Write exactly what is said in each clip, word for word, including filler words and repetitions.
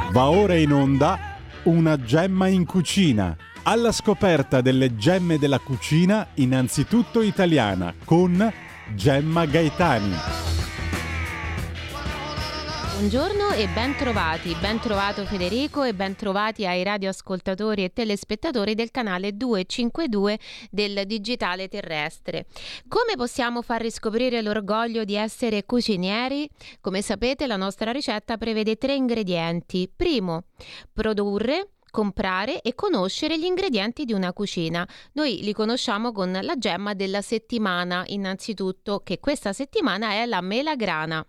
Va ora in onda Una gemma in cucina, alla scoperta delle gemme della cucina, innanzitutto italiana, con Gemma Gaetani. Buongiorno e ben trovati, ben trovato Federico e ben trovati ai radioascoltatori e telespettatori del canale duecentocinquantadue del Digitale Terrestre. Come possiamo far riscoprire l'orgoglio di essere cucinieri? Come sapete, la nostra ricetta prevede tre ingredienti. Primo, produrre, comprare e conoscere gli ingredienti di una cucina. Noi li conosciamo con la gemma della settimana, innanzitutto, che questa settimana è la melagrana.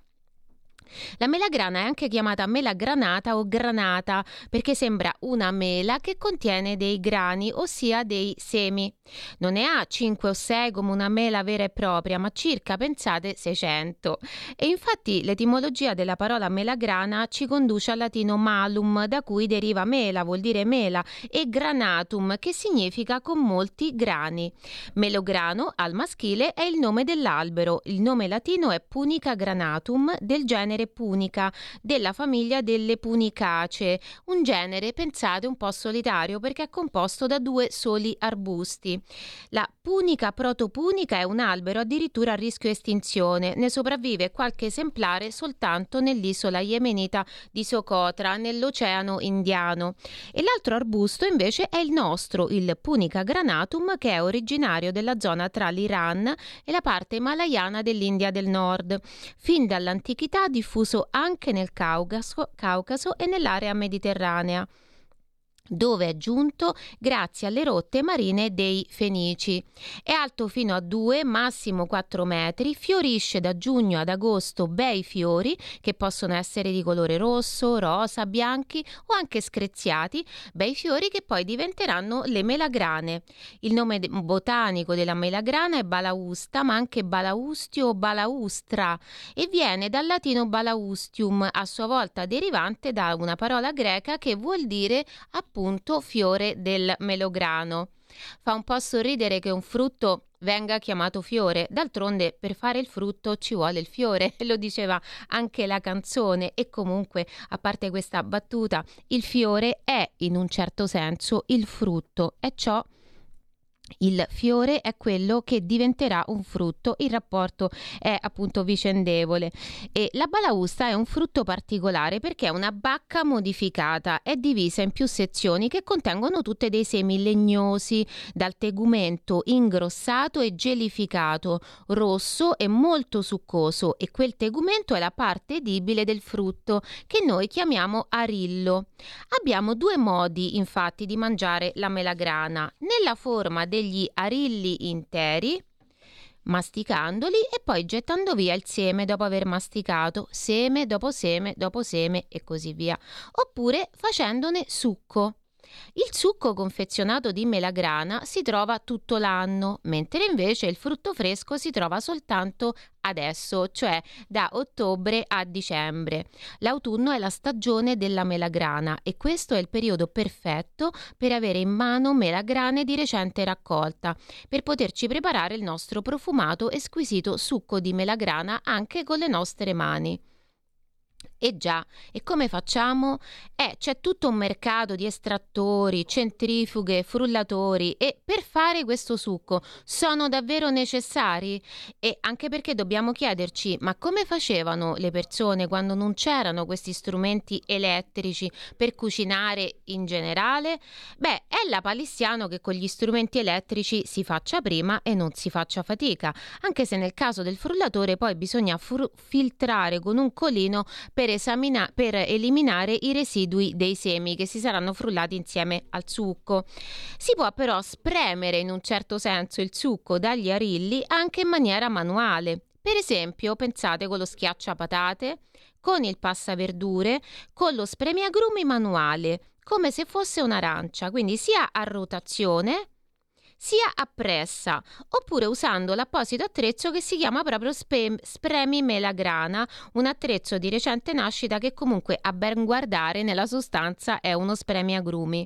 La melagrana è anche chiamata melagranata o granata perché sembra una mela che contiene dei grani, ossia dei semi. Non ne ha cinque o sei come una mela vera e propria, ma circa, pensate, seicento. E infatti l'etimologia della parola melagrana ci conduce al latino malum, da cui deriva mela, vuol dire mela, e granatum, che significa con molti grani. Melograno, al maschile, è il nome dell'albero. Il nome latino è Punica granatum, del genere punica, della famiglia delle punicacee, un genere, pensate, un po' solitario perché è composto da due soli arbusti. La punica protopunica è un albero addirittura a rischio estinzione, ne sopravvive qualche esemplare soltanto nell'isola yemenita di Socotra, nell'Oceano Indiano. E l'altro arbusto invece è il nostro, il Punica granatum, che è originario della zona tra l'Iran e la parte himalayana dell'India del Nord. Fin dall'antichità diffuso anche nel Caucaso, Caucaso e nell'area mediterranea, dove è giunto grazie alle rotte marine dei Fenici. È alto fino a due, massimo quattro metri, fiorisce da giugno ad agosto bei fiori che possono essere di colore rosso, rosa, bianchi o anche screziati, bei fiori che poi diventeranno le melagrane. Il nome botanico della melagrana è balausta, ma anche balaustio o balaustra, e viene dal latino balaustium, a sua volta derivante da una parola greca che vuol dire appunto Punto, fiore del melograno. Fa un po' sorridere che un frutto venga chiamato fiore, d'altronde per fare il frutto ci vuole il fiore, lo diceva anche la canzone. E comunque, a parte questa battuta, il fiore è in un certo senso il frutto, è ciò. Il fiore è quello che diventerà un frutto, il rapporto è appunto vicendevole. E la balausta è un frutto particolare perché è una bacca modificata, è divisa in più sezioni che contengono tutte dei semi legnosi, dal tegumento ingrossato e gelificato, rosso e molto succoso, e quel tegumento è la parte edibile del frutto che noi chiamiamo arillo. Abbiamo due modi infatti di mangiare la melagrana: nella forma degli arilli interi, masticandoli e poi gettando via il seme dopo aver masticato, seme dopo seme dopo seme e così via, oppure facendone succo. Il succo confezionato di melagrana si trova tutto l'anno, mentre invece il frutto fresco si trova soltanto adesso, cioè da ottobre a dicembre. L'autunno è la stagione della melagrana e questo è il periodo perfetto per avere in mano melagrane di recente raccolta, per poterci preparare il nostro profumato e squisito succo di melagrana anche con le nostre mani. E già, e come facciamo? Eh, c'è tutto un mercato di estrattori, centrifughe, frullatori, e per fare questo succo sono davvero necessari? E anche perché dobbiamo chiederci, ma come facevano le persone quando non c'erano questi strumenti elettrici per cucinare in generale? Beh, è lapalissiano che con gli strumenti elettrici si faccia prima e non si faccia fatica, anche se nel caso del frullatore poi bisogna fru- filtrare con un colino per Esamina- per eliminare i residui dei semi che si saranno frullati insieme al succo. Si può però spremere in un certo senso il succo dagli arilli anche in maniera manuale. Per esempio, pensate con lo schiacciapatate, con il passaverdure, con lo spremiagrumi manuale, come se fosse un'arancia, quindi sia a rotazione sia a pressa, oppure usando l'apposito attrezzo che si chiama proprio spe- spremi melagrana, un attrezzo di recente nascita che comunque a ben guardare nella sostanza è uno spremiagrumi.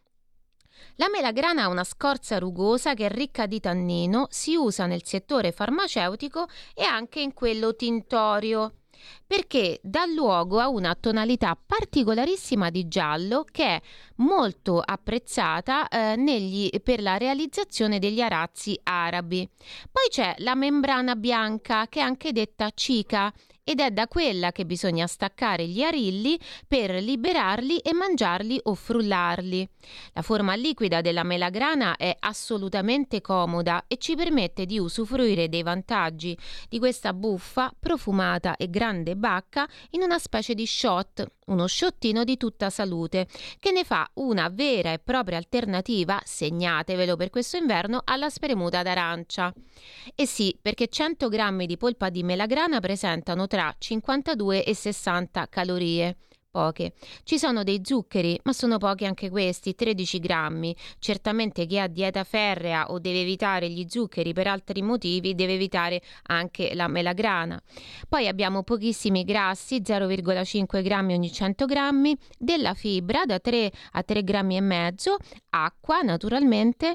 La melagrana ha una scorza rugosa che è ricca di tannino, si usa nel settore farmaceutico e anche in quello tintorio. perché dà luogo a una tonalità particolarissima di giallo che è molto apprezzata eh, negli, per la realizzazione degli arazzi arabi. Poi c'è la membrana bianca, che è anche detta cica, ed è da quella che bisogna staccare gli arilli per liberarli e mangiarli o frullarli. La forma liquida della melagrana è assolutamente comoda e ci permette di usufruire dei vantaggi di questa buffa, profumata e grande bacca in una specie di shot, uno sciottino di tutta salute, che ne fa una vera e propria alternativa, segnatevelo per questo inverno, alla spremuta d'arancia. E sì, perché cento grammi di polpa di melagrana presentano tra cinquantadue e sessanta calorie. Poche. Ci sono dei zuccheri, ma sono pochi anche questi, tredici grammi. Certamente chi ha dieta ferrea o deve evitare gli zuccheri per altri motivi deve evitare anche la melagrana. Poi abbiamo pochissimi grassi, zero virgola cinque grammi ogni cento grammi, della fibra da tre a tre grammi e mezzo, acqua naturalmente.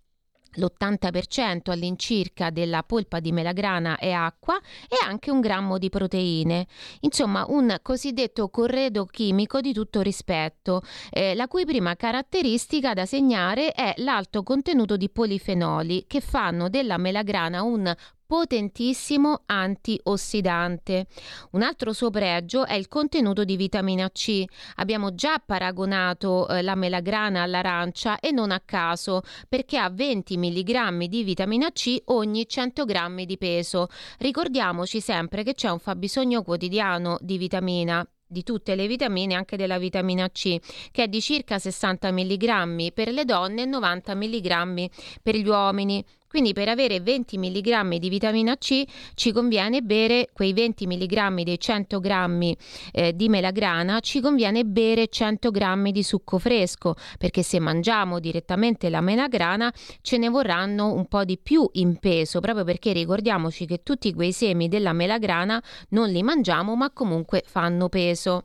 L'ottanta per cento all'incirca della polpa di melagrana è acqua e anche un grammo di proteine. Insomma, un cosiddetto corredo chimico di tutto rispetto, eh, la cui prima caratteristica da segnare è l'alto contenuto di polifenoli, che fanno della melagrana un potentissimo antiossidante. Un altro suo pregio è il contenuto di vitamina C. Abbiamo già paragonato eh, la melagrana all'arancia e non a caso, perché ha venti milligrammi di vitamina C ogni cento grammi di peso. Ricordiamoci sempre che c'è un fabbisogno quotidiano di vitamina, di tutte le vitamine, anche della vitamina C, che è di circa sessanta milligrammi per le donne e novanta milligrammi per gli uomini. Quindi per avere venti milligrammi di vitamina C ci conviene bere quei venti milligrammi dei cento grammi eh, di melagrana, ci conviene bere cento grammi di succo fresco, perché se mangiamo direttamente la melagrana ce ne vorranno un po' di più in peso, proprio perché ricordiamoci che tutti quei semi della melagrana non li mangiamo, ma comunque fanno peso.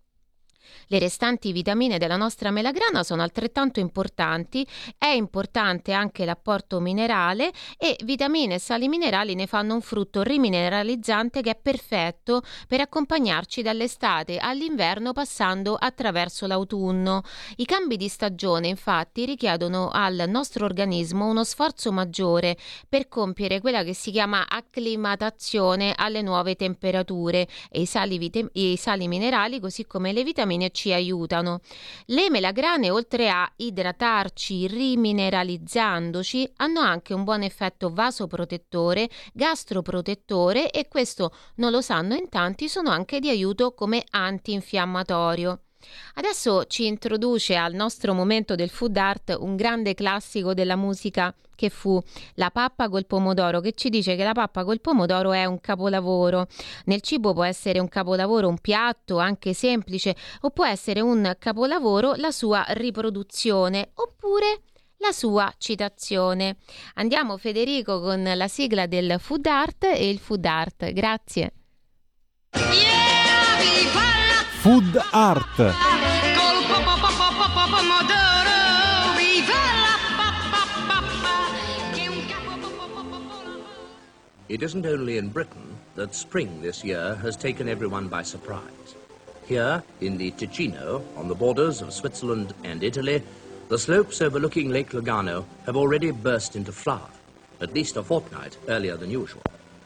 Le restanti vitamine della nostra melagrana sono altrettanto importanti, è importante anche l'apporto minerale e vitamine e sali minerali ne fanno un frutto rimineralizzante che è perfetto per accompagnarci dall'estate all'inverno passando attraverso l'autunno. I cambi di stagione infatti richiedono al nostro organismo uno sforzo maggiore per compiere quella che si chiama acclimatazione alle nuove temperature e i sali, vit- i sali minerali così come le vitamine ci aiutano. Le melagrane, oltre a idratarci rimineralizzandoci, hanno anche un buon effetto vasoprotettore, gastroprotettore e questo non lo sanno in tanti, sono anche di aiuto come antinfiammatorio. Adesso ci introduce al nostro momento del food art un grande classico della musica che fu La pappa col pomodoro, che ci dice che la pappa col pomodoro è un capolavoro. Nel cibo può essere un capolavoro un piatto anche semplice o può essere un capolavoro la sua riproduzione oppure la sua citazione. Andiamo Federico con la sigla del food art e il food art. Grazie. Food art. It isn't only in Britain that spring this year has taken everyone by surprise. Here, in the Ticino, on the borders of Switzerland and Italy, the slopes overlooking Lake Lugano have already burst into flower, at least a fortnight earlier than usual.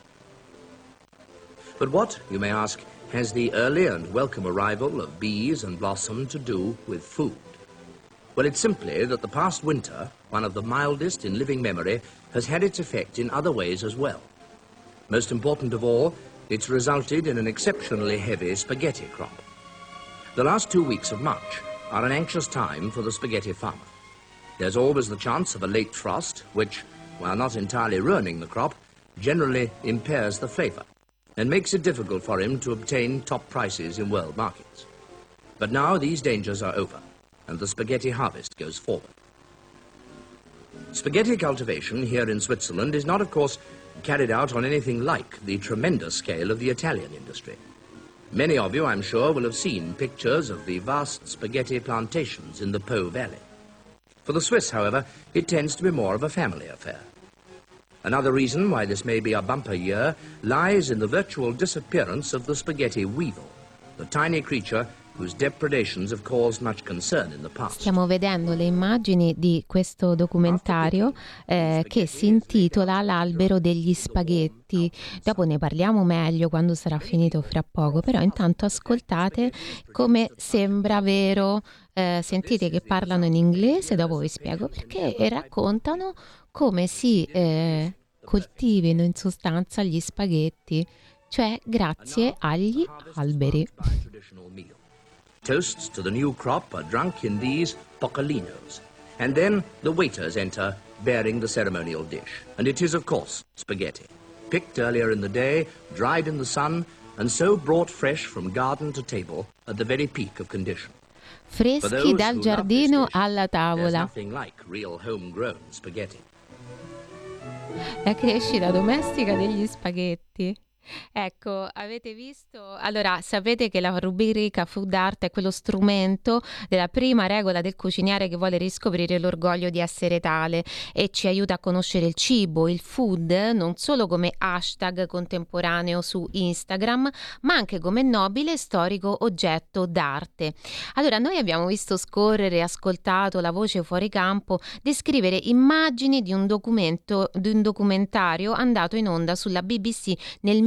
But what, you may ask, has the early and welcome arrival of bees and blossom to do with food? Well, it's simply that the past winter, one of the mildest in living memory, has had its effect in other ways as well. Most important of all, it's resulted in an exceptionally heavy spaghetti crop. The last two weeks of March are an anxious time for the spaghetti farmer. There's always the chance of a late frost, which, while not entirely ruining the crop, generally impairs the flavor and makes it difficult for him to obtain top prices in world markets. But now these dangers are over, and the spaghetti harvest goes forward. Spaghetti cultivation here in Switzerland is not, of course, carried out on anything like the tremendous scale of the Italian industry. Many of you, I'm sure, will have seen pictures of the vast spaghetti plantations in the Po Valley. For the Swiss, however, it tends to be more of a family affair. Another reason why this may be a bumper year lies in the virtual disappearance of the spaghetti weevil, the tiny creature whose depredations have caused much concern in the past. Stiamo vedendo le immagini di questo documentario eh, che si intitola L'albero degli spaghetti. Dopo ne parliamo meglio quando sarà finito fra poco, però intanto ascoltate come sembra vero. Eh, sentite che parlano in inglese, dopo vi spiego perché, e raccontano come si eh, coltivino in sostanza gli spaghetti, cioè grazie agli alberi. Toasts to the new crop are drunk in these poccolinos, and then the waiters enter bearing the ceremonial dish. And it is, of course, spaghetti, picked earlier in the day, dried in the sun, and so brought fresh from garden to table at the very peak of condition. Freschi dal giardino alla tavola. Nothing like real homegrown spaghetti. La crescita domestica degli spaghetti. Ecco, avete visto? Allora, sapete che la rubrica Food Art è quello strumento della prima regola del cuciniere che vuole riscoprire l'orgoglio di essere tale e ci aiuta a conoscere il cibo, il food, non solo come hashtag contemporaneo su Instagram, ma anche come nobile e storico oggetto d'arte. Allora, noi abbiamo visto scorrere e ascoltato la voce fuori campo descrivere immagini di un documento, di un documentario andato in onda sulla B B C nel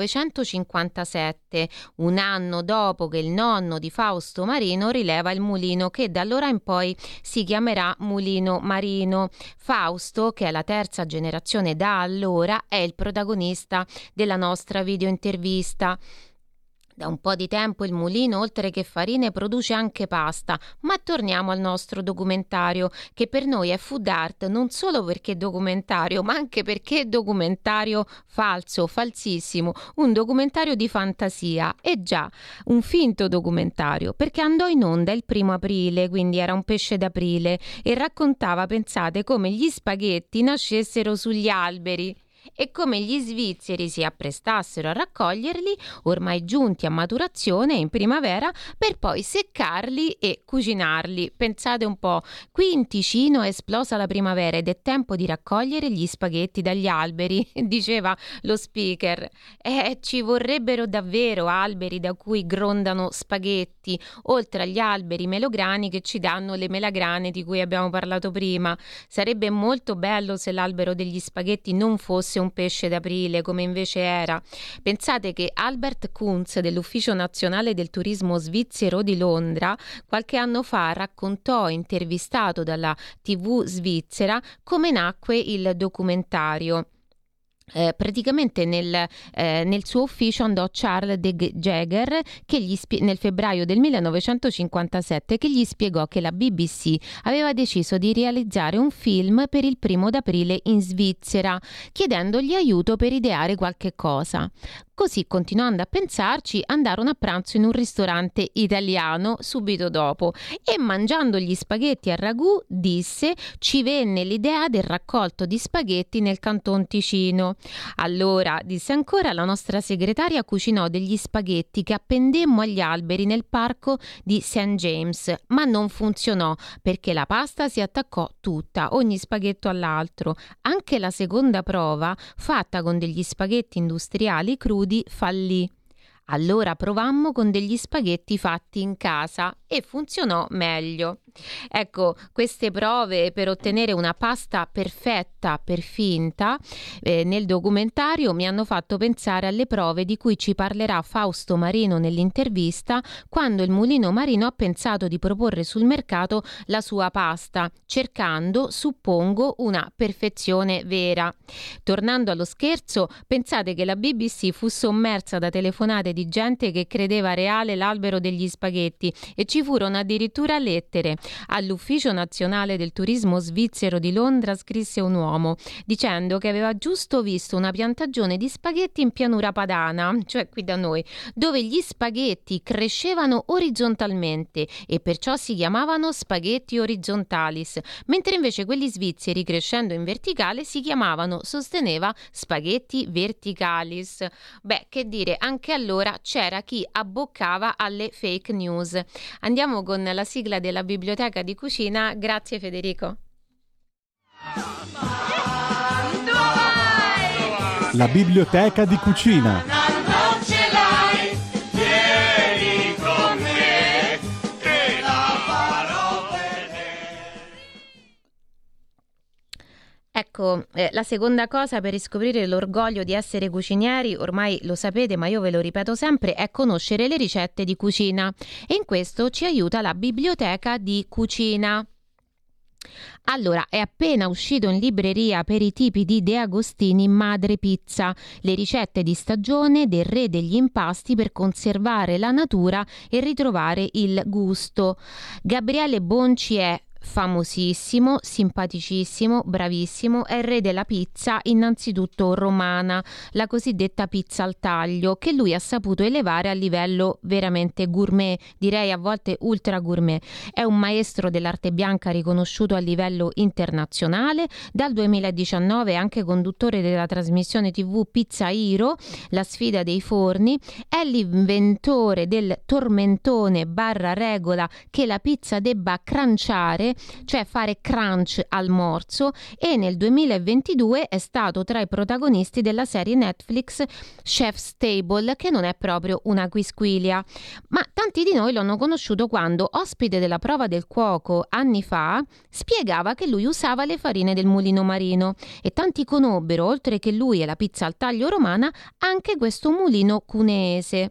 millenovecentocinquantasette, un anno dopo che il nonno di Fausto Marino rileva il mulino che da allora in poi si chiamerà Mulino Marino. Fausto, che è la terza generazione da allora, è il protagonista della nostra videointervista. Da un po' di tempo il mulino, oltre che farine, produce anche pasta, ma torniamo al nostro documentario, che per noi è food art non solo perché è documentario, ma anche perché è documentario falso, falsissimo, un documentario di fantasia, e già, un finto documentario, perché andò in onda il primo aprile, quindi era un pesce d'aprile, e raccontava, pensate, come gli spaghetti nascessero sugli alberi e come gli svizzeri si apprestassero a raccoglierli, ormai giunti a maturazione in primavera, per poi seccarli e cucinarli. Pensate un po', qui in Ticino è esplosa la primavera ed è tempo di raccogliere gli spaghetti dagli alberi, diceva lo speaker. Eh, ci vorrebbero davvero alberi da cui grondano spaghetti, oltre agli alberi melograni che ci danno le melagrane di cui abbiamo parlato prima. Sarebbe molto bello se l'albero degli spaghetti non fosse un pesce d'aprile come invece era. Pensate che Albert Kunz dell'Ufficio Nazionale del Turismo Svizzero di Londra qualche anno fa raccontò, intervistato dalla tivù svizzera, come nacque il documentario. Eh, praticamente nel, eh, nel suo ufficio andò Charles de Jager che gli spie- nel febbraio del millenovecentocinquantasette, che gli spiegò che la B B C aveva deciso di realizzare un film per il primo d'aprile in Svizzera, chiedendogli aiuto per ideare qualche cosa. Così, continuando a pensarci, andarono a pranzo in un ristorante italiano subito dopo e, mangiando gli spaghetti a ragù, disse: ci venne l'idea del raccolto di spaghetti nel Canton Ticino. Allora, disse ancora, la nostra segretaria cucinò degli spaghetti che appendemmo agli alberi nel parco di Saint James, ma non funzionò perché la pasta si attaccò tutta, ogni spaghetto all'altro. Anche la seconda prova, fatta con degli spaghetti industriali crudi, fallì. Allora provammo con degli spaghetti fatti in casa e funzionò meglio. Ecco, queste prove per ottenere una pasta perfetta per finta eh, nel documentario mi hanno fatto pensare alle prove di cui ci parlerà Fausto Marino nell'intervista, quando il Mulino Marino ha pensato di proporre sul mercato la sua pasta, cercando, suppongo, una perfezione vera. Tornando allo scherzo, pensate che la B B C fu sommersa da telefonate di gente che credeva reale l'albero degli spaghetti e ci furono addirittura lettere. All'Ufficio Nazionale del Turismo Svizzero di Londra scrisse un uomo dicendo che aveva giusto visto una piantagione di spaghetti in pianura padana, cioè qui da noi, dove gli spaghetti crescevano orizzontalmente e perciò si chiamavano spaghetti horizontalis, mentre invece quelli svizzeri, crescendo in verticale, si chiamavano, sosteneva, spaghetti verticalis. Beh, che dire, anche allora c'era chi abboccava alle fake news. Andiamo con la sigla della biblioteca di cucina. Grazie Federico. la biblioteca di cucina. Non ce l'hai, vieni con me, te la farò vedere. Ecco, eh, la seconda cosa per riscoprire l'orgoglio di essere cucinieri, ormai lo sapete ma io ve lo ripeto sempre, è conoscere le ricette di cucina, e in questo ci aiuta la biblioteca di cucina. Allora, è appena uscito in libreria per i tipi di De Agostini Madre Pizza, le ricette di stagione del re degli impasti per conservare la natura e ritrovare il gusto. Gabriele Bonci è famosissimo, simpaticissimo, bravissimo, è il re della pizza, innanzitutto romana, la cosiddetta pizza al taglio, che lui ha saputo elevare a livello veramente gourmet, direi a volte ultra gourmet. È un maestro dell'arte bianca riconosciuto a livello internazionale, dal duemiladiciannove è anche conduttore della trasmissione tivù Pizza Hero, la sfida dei forni, è l'inventore del tormentone barra regola che la pizza debba cranciare, cioè fare crunch al morso, e nel duemilaventidue è stato tra i protagonisti della serie Netflix Chef's Table, che non è proprio una quisquilia, ma tanti di noi lo hanno conosciuto quando, ospite della prova del cuoco anni fa, spiegava che lui usava le farine del Mulino Marino, e tanti conobbero, oltre che lui e la pizza al taglio romana, anche questo mulino cuneese.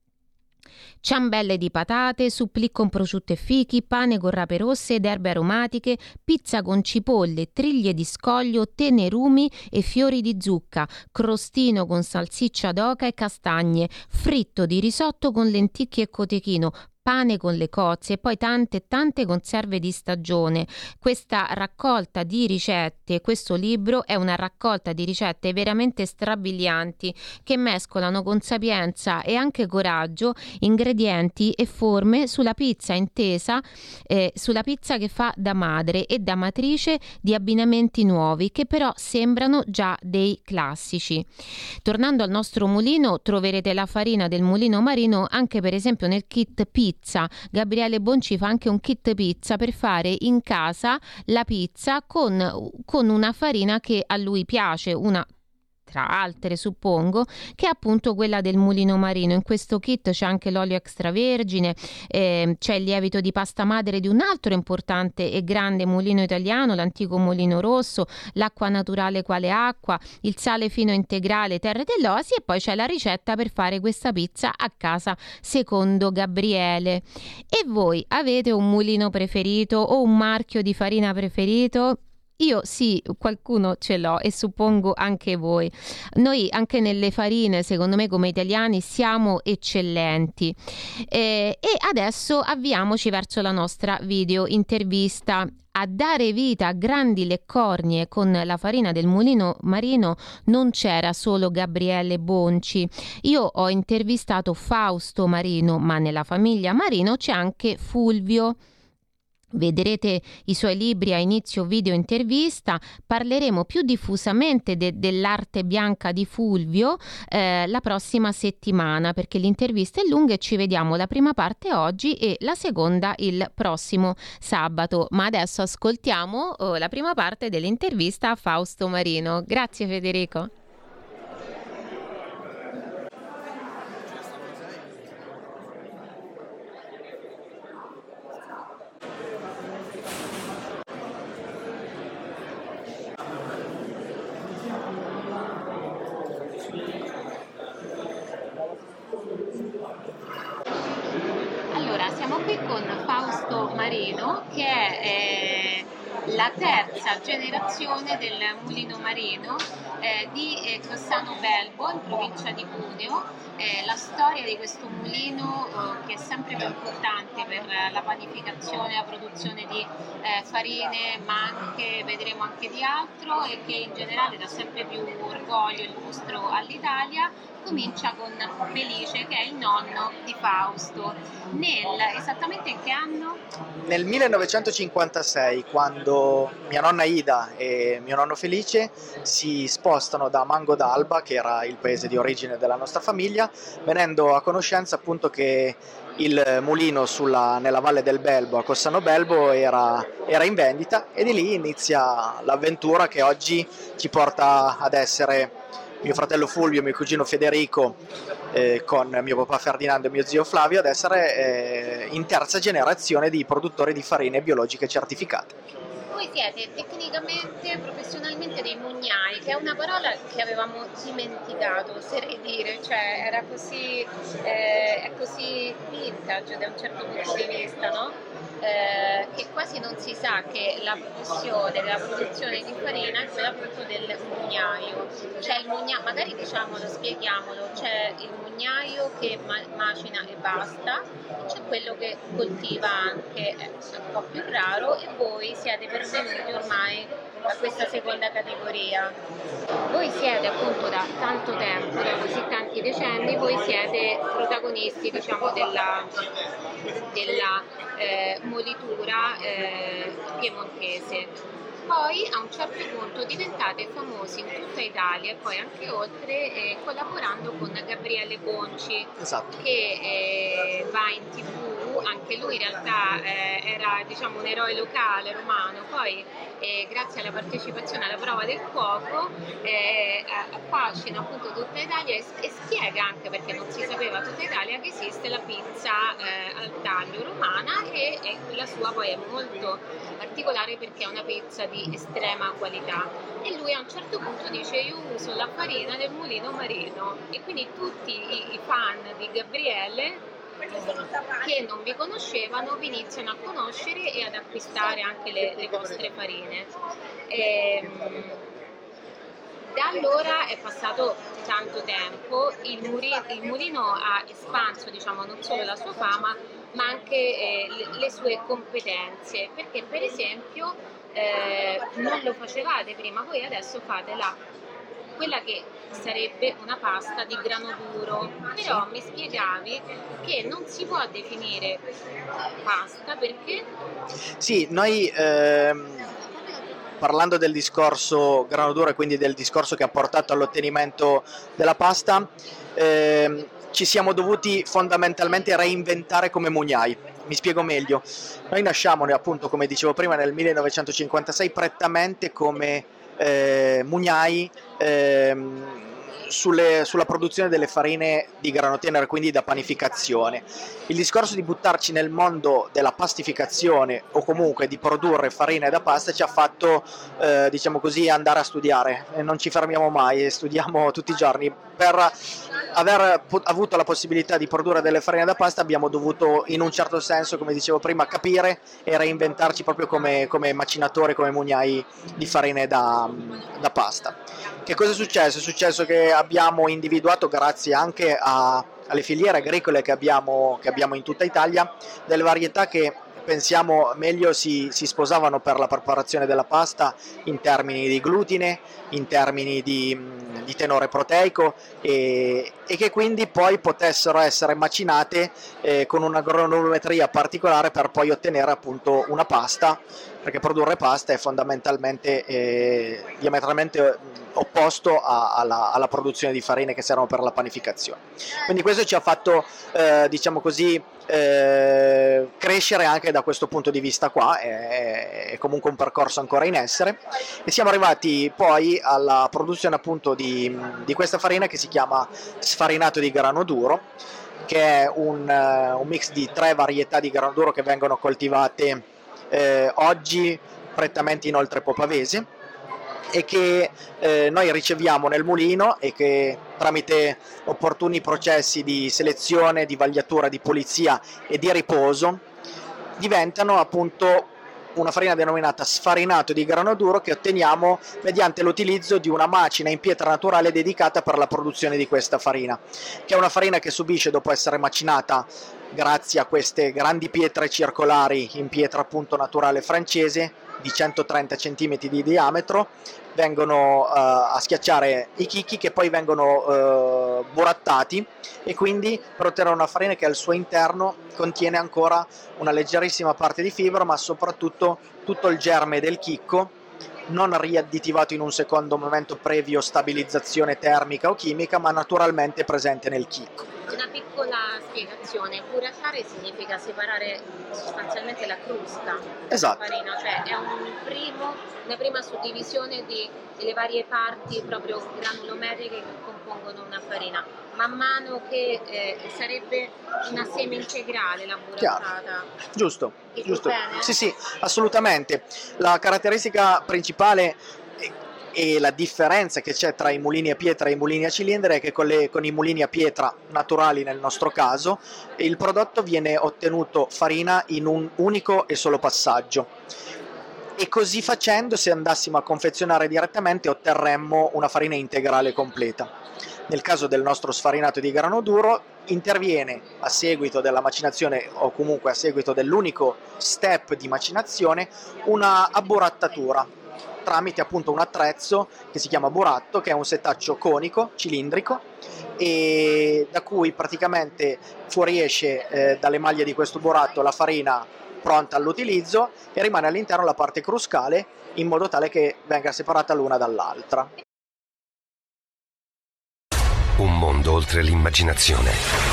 Ciambelle di patate, supplì con prosciutto e fichi, pane con rape rosse ed erbe aromatiche, pizza con cipolle, triglie di scoglio, tenerumi e fiori di zucca, crostino con salsiccia d'oca e castagne, fritto di risotto con lenticchie e cotechino, pane con le cozze e poi tante tante conserve di stagione. Questa raccolta di ricette, questo libro è una raccolta di ricette veramente strabilianti che mescolano con sapienza e anche coraggio ingredienti e forme sulla pizza intesa, eh, sulla pizza che fa da madre e da matrice di abbinamenti nuovi che però sembrano già dei classici. Tornando al nostro mulino, troverete la farina del Mulino Marino anche per esempio nel kit pizza. Gabriele Bonci fa anche un kit pizza per fare in casa la pizza con, con una farina che a lui piace, una tra altre suppongo, che è appunto quella del Mulino Marino. In questo kit c'è anche l'olio extravergine, eh, c'è il lievito di pasta madre di un altro importante e grande mulino italiano, l'antico Mulino Rosso, l'acqua naturale quale acqua, il sale fino integrale Terre dell'Oasi, e poi c'è la ricetta per fare questa pizza a casa secondo Gabriele. E voi avete un mulino preferito o un marchio di farina preferito? Io sì, qualcuno ce l'ho e suppongo anche voi. Noi anche nelle farine, secondo me come italiani, siamo eccellenti. Eh, e adesso avviamoci verso la nostra video intervista. A dare vita a grandi leccornie con la farina del Mulino Marino non c'era solo Gabriele Bonci. Io ho intervistato Fausto Marino, ma nella famiglia Marino c'è anche Fulvio. Vedrete i suoi libri a inizio video intervista. Parleremo più diffusamente de- dell'arte bianca di Fulvio eh, la prossima settimana, perché l'intervista è lunga e ci vediamo la prima parte oggi e la seconda il prossimo sabato. Ma adesso ascoltiamo oh, la prima parte dell'intervista a Fausto Marino. Grazie Federico. Marino, che è eh, la terza generazione del Mulino Marino eh, di eh, Cossano Belbo, in provincia di Cuneo. Eh, la storia di questo mulino eh, che è sempre più importante per la panificazione e la produzione di eh, farine, ma anche vedremo anche di altro, e che in generale dà sempre più orgoglio e lustro all'Italia, comincia con Felice, che è il nonno di Fausto. Nel, esattamente in che anno? Nel millenovecentocinquantasei, quando mia nonna Ida e mio nonno Felice si spostano da Mango d'Alba, che era il paese di origine della nostra famiglia, venendo a conoscenza appunto che il mulino sulla, nella valle del Belbo, a Cossano Belbo, era, era in vendita, e di lì inizia l'avventura che oggi ci porta ad essere mio fratello Fulvio e mio cugino Federico eh, con mio papà Ferdinando e mio zio Flavio ad essere eh, in terza generazione di produttori di farine biologiche certificate. Voi siete tecnicamente, professionalmente dei mugnai, che è una parola che avevamo dimenticato, oserei dire, cioè era così, eh, è così vintage da un certo punto di vista, no? Eh, che quasi non si sa che la professione della produzione di farina è quella appunto del mugnaio. C'è il mugnaio, magari diciamolo, spieghiamolo, c'è il mugnaio che ma- macina e basta, e c'è quello che coltiva anche, è un po' più raro, e voi siete pervenuti ormai a questa seconda categoria. Voi siete appunto da tanto tempo, da così tanti decenni, voi siete protagonisti, diciamo, della, della eh, molitura eh, piemontese. Poi a un certo punto diventate famosi in tutta Italia e poi anche oltre, eh, collaborando con Gabriele Bonci, Esatto. che eh, va in tv, anche lui in realtà eh, era, diciamo, un eroe locale romano, poi eh, grazie alla partecipazione alla prova del cuoco eh, affascina appunto tutta Italia e, e spiega anche, perché non si sapeva tutta Italia, che esiste la pizza eh, al taglio romana, e, e la sua poi è molto particolare perché è una pizza di estrema qualità. E lui a un certo punto dice: io uso la farina del Mulino Marino, e quindi tutti i, i fan di Gabriele che non vi conoscevano vi iniziano a conoscere e ad acquistare anche le, le vostre farine. E, da allora è passato tanto tempo, il, muri, il mulino ha espanso, diciamo, non solo la sua fama ma anche eh, le, le sue competenze, perché per esempio eh, non lo facevate prima, voi adesso fate la quella che sarebbe una pasta di grano duro, però mi spiegavi che non si può definire pasta perché? Sì, noi ehm, parlando del discorso grano duro e quindi del discorso che ha portato all'ottenimento della pasta, ehm, ci siamo dovuti fondamentalmente reinventare come mugnai. Mi spiego meglio. Noi nasciamo, appunto, come dicevo prima, nel millenovecentocinquantasei prettamente come eh, mugnai ehm, sulle, sulla produzione delle farine di grano tenero, quindi da panificazione. Il discorso di buttarci nel mondo della pastificazione o comunque di produrre farine da pasta ci ha fatto, eh, diciamo così, andare a studiare, e non ci fermiamo mai, studiamo tutti i giorni. Per aver avuto la possibilità di produrre delle farine da pasta abbiamo dovuto, in un certo senso, come dicevo prima, capire e reinventarci proprio come, come macinatori, come mugnai di farine da, da pasta. Che cosa è successo? È successo che abbiamo individuato, grazie anche a, alle filiere agricole che abbiamo, che abbiamo in tutta Italia, delle varietà che pensiamo meglio si, si sposavano per la preparazione della pasta in termini di glutine, in termini di, di tenore proteico, e, e che quindi poi potessero essere macinate eh, con una granulometria particolare per poi ottenere appunto una pasta, perché produrre pasta è fondamentalmente eh, diametralmente opposto a, alla, alla produzione di farine che servono per la panificazione. Quindi questo ci ha fatto, eh, diciamo così, eh, crescere anche da questo punto di vista qua, è, è comunque un percorso ancora in essere, e siamo arrivati poi alla produzione appunto di, di questa farina che si chiama sfarinato di grano duro, che è un, uh, un mix di tre varietà di grano duro che vengono coltivate eh, oggi prettamente in Oltrepo Pavese, e che eh, noi riceviamo nel mulino e che tramite opportuni processi di selezione, di vagliatura, di pulizia e di riposo diventano appunto una farina denominata sfarinato di grano duro, che otteniamo mediante l'utilizzo di una macina in pietra naturale dedicata per la produzione di questa farina, che è una farina che subisce, dopo essere macinata grazie a queste grandi pietre circolari in pietra appunto naturale francese di centotrenta centimetri di diametro, vengono uh, a schiacciare i chicchi che poi vengono uh, burattati, e quindi per ottenere una farina che al suo interno contiene ancora una leggerissima parte di fibra, ma soprattutto tutto il germe del chicco, non riadditivato in un secondo momento previo stabilizzazione termica o chimica, ma naturalmente presente nel chicco. una piccola spiegazione: burracciare significa separare sostanzialmente la crosta Esatto. dalla farina, cioè è un primo, una prima suddivisione di, delle varie parti proprio granulometriche che compongono una farina. Man mano che eh, sarebbe una semi integrale la burracciata. Chiaro. Giusto, Dico giusto. bene? Sì, sì, assolutamente. La caratteristica principale e la differenza che c'è tra i mulini a pietra e i mulini a cilindro è che con, le, con i mulini a pietra naturali, nel nostro caso, il prodotto viene ottenuto farina in un unico e solo passaggio, e così facendo, se andassimo a confezionare direttamente, otterremmo una farina integrale completa. Nel caso del nostro sfarinato di grano duro interviene a seguito della macinazione, o comunque a seguito dell'unico step di macinazione, una abburattatura tramite appunto un attrezzo che si chiama buratto, che è un setaccio conico, cilindrico, e da cui praticamente fuoriesce eh, dalle maglie di questo buratto la farina pronta all'utilizzo, e rimane all'interno la parte cruscale in modo tale che venga separata l'una dall'altra. Un mondo oltre l'immaginazione,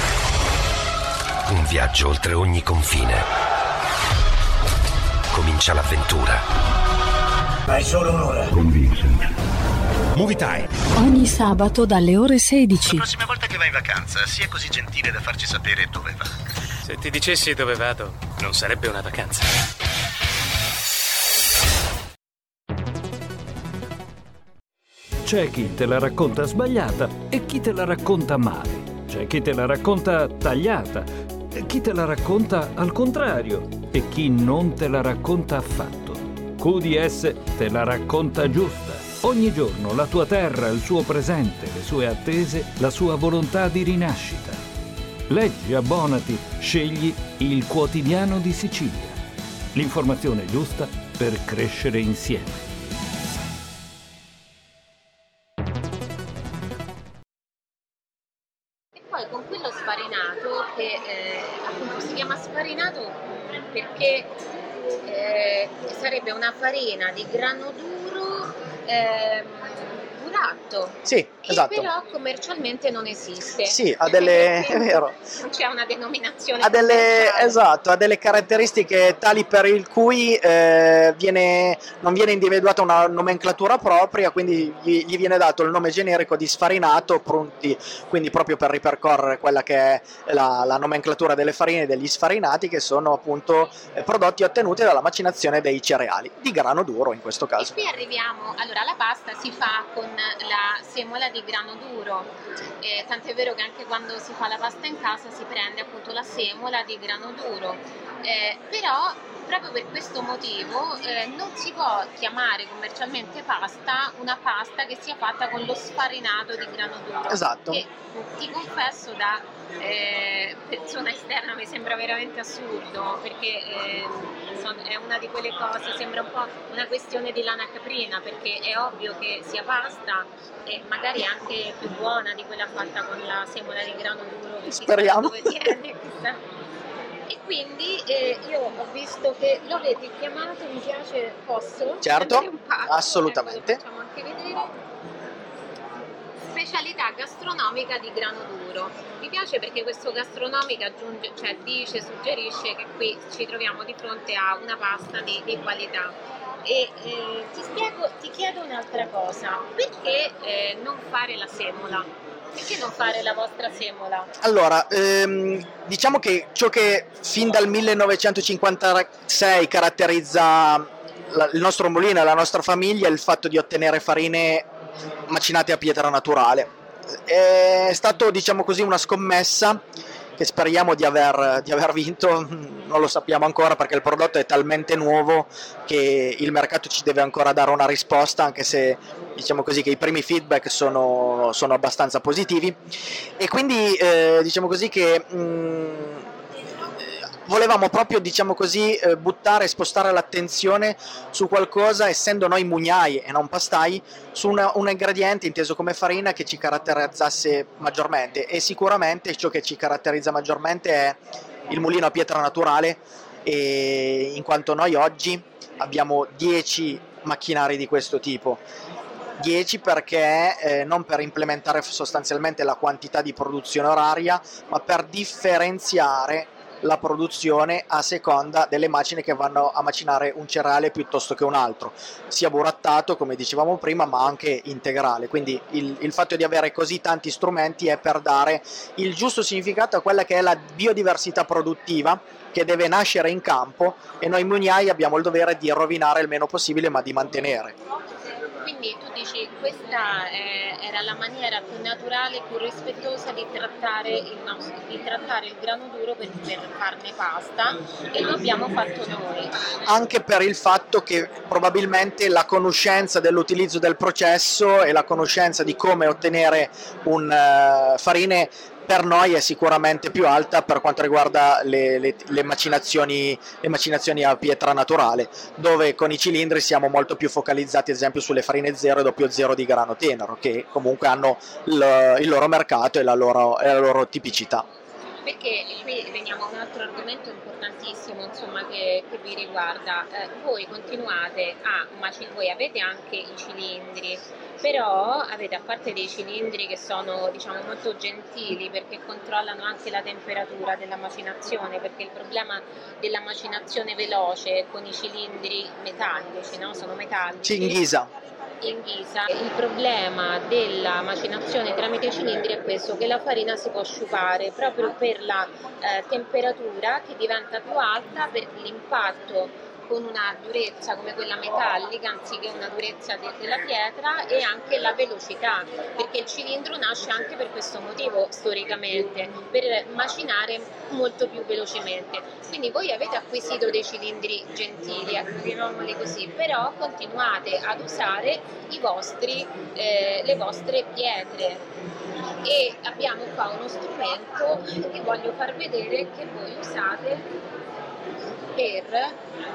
un viaggio oltre ogni confine. Comincia l'avventura. Hai solo un'ora. Con Vincent. Movie Time. Ogni sabato dalle ore sedici. La prossima volta che vai in vacanza, sia così gentile da farci sapere dove va. Se ti dicessi dove vado, non sarebbe una vacanza. C'è chi te la racconta sbagliata e chi te la racconta male. C'è chi te la racconta tagliata e chi te la racconta al contrario e chi non te la racconta affatto. Q D S te la racconta giusta. Ogni giorno la tua terra, il suo presente, le sue attese, la sua volontà di rinascita. Leggi, abbonati, scegli il Quotidiano di Sicilia. L'informazione giusta per crescere insieme. E poi con quello sfarinato, che eh, appunto si chiama sfarinato perché eh, sarebbe una farina di grano duro eh, buratto. Sì, esatto. Che però commercialmente non esiste. Sì, ha delle... è vero. Non c'è una denominazione. Ha delle, esatto, ha delle caratteristiche tali per il cui eh, viene, non viene individuata una nomenclatura propria, quindi gli, gli viene dato il nome generico di sfarinato, pronti, quindi proprio per ripercorrere quella che è la, la nomenclatura delle farine, degli sfarinati, che sono appunto eh, prodotti ottenuti dalla macinazione dei cereali, di grano duro in questo caso. E qui arriviamo, allora la pasta si fa con la semola di grano duro, eh, tant'è vero che anche quando si fa la pasta in casa si prende appunto la semola di grano duro, eh, però proprio per questo motivo eh, non si può chiamare commercialmente pasta una pasta che sia fatta con lo sfarinato di grano duro. Esatto. Che ti confesso, da eh, persona esterna mi sembra veramente assurdo, perché eh, son, è una di quelle cose, sembra un po' una questione di lana caprina, perché è ovvio che sia pasta e magari anche più buona di quella fatta con la semola di grano duro, che speriamo, dove viene, chissà. E quindi eh, io ho visto che lo avete chiamato, mi piace, posso? Certo, un passo, assolutamente. Ecco, lo facciamo anche vedere. Specialità gastronomica di grano duro. Mi piace perché questo gastronomica aggiunge, cioè dice, suggerisce che qui ci troviamo di fronte a una pasta di, di qualità. E eh, ti spiego, ti chiedo un'altra cosa: perché eh, non fare la semola? Perché non fare la vostra semola? Allora, ehm, diciamo che ciò che fin dal millenovecentocinquantasei caratterizza la, il nostro mulino e la nostra famiglia è il fatto di ottenere farine macinate a pietra naturale. È stato, diciamo così, una scommessa che speriamo di aver, di aver vinto. Non lo sappiamo ancora perché il prodotto è talmente nuovo che il mercato ci deve ancora dare una risposta, anche se diciamo così che i primi feedback sono, sono abbastanza positivi, e quindi eh, diciamo così che mh, volevamo proprio, diciamo così, eh, buttare e spostare l'attenzione su qualcosa, essendo noi mugnai e non pastai, su una, un ingrediente inteso come farina che ci caratterizzasse maggiormente, e sicuramente ciò che ci caratterizza maggiormente è il mulino a pietra naturale, e in quanto noi oggi abbiamo dieci macchinari di questo tipo. dieci perché eh, non per implementare sostanzialmente la quantità di produzione oraria, ma per differenziare la produzione a seconda delle macine che vanno a macinare un cereale piuttosto che un altro, sia burattato come dicevamo prima, ma anche integrale. Quindi il, il fatto di avere così tanti strumenti è per dare il giusto significato a quella che è la biodiversità produttiva che deve nascere in campo, e noi mugnai abbiamo il dovere di rovinare il meno possibile, ma di mantenere. Quindi tu dici questa eh, era la maniera più naturale, più rispettosa di trattare il, nostro, di trattare il grano duro per, per farne pasta, e lo abbiamo fatto noi. Anche per il fatto che probabilmente la conoscenza dell'utilizzo del processo e la conoscenza di come ottenere un uh, farine per noi è sicuramente più alta per quanto riguarda le, le, le, macinazioni, le macinazioni a pietra naturale, dove con i cilindri siamo molto più focalizzati ad esempio sulle farine zero e doppio zero di grano tenero, che comunque hanno il, il loro mercato e la loro, e la loro tipicità. Perché qui veniamo a un altro argomento importantissimo, insomma, che, che vi riguarda. Eh, voi continuate a macinare, voi avete anche i cilindri, però avete, a parte dei cilindri che sono, diciamo, molto gentili perché controllano anche la temperatura della macinazione, perché il problema della macinazione veloce con i cilindri metallici, no? Sono metallici. Sì, in ghisa. In ghisa. Il problema della macinazione tramite cilindri è questo, che la farina si può sciupare proprio per la eh, temperatura che diventa più alta, per l'impatto con una durezza come quella metallica anziché una durezza de- della pietra, e anche la velocità, perché il cilindro nasce anche per questo motivo storicamente, per macinare molto più velocemente. Quindi voi avete acquisito dei cilindri gentili, chiamiamoli così, però continuate ad usare i vostri, eh, le vostre pietre, e abbiamo qua uno strumento che voglio far vedere che voi usate per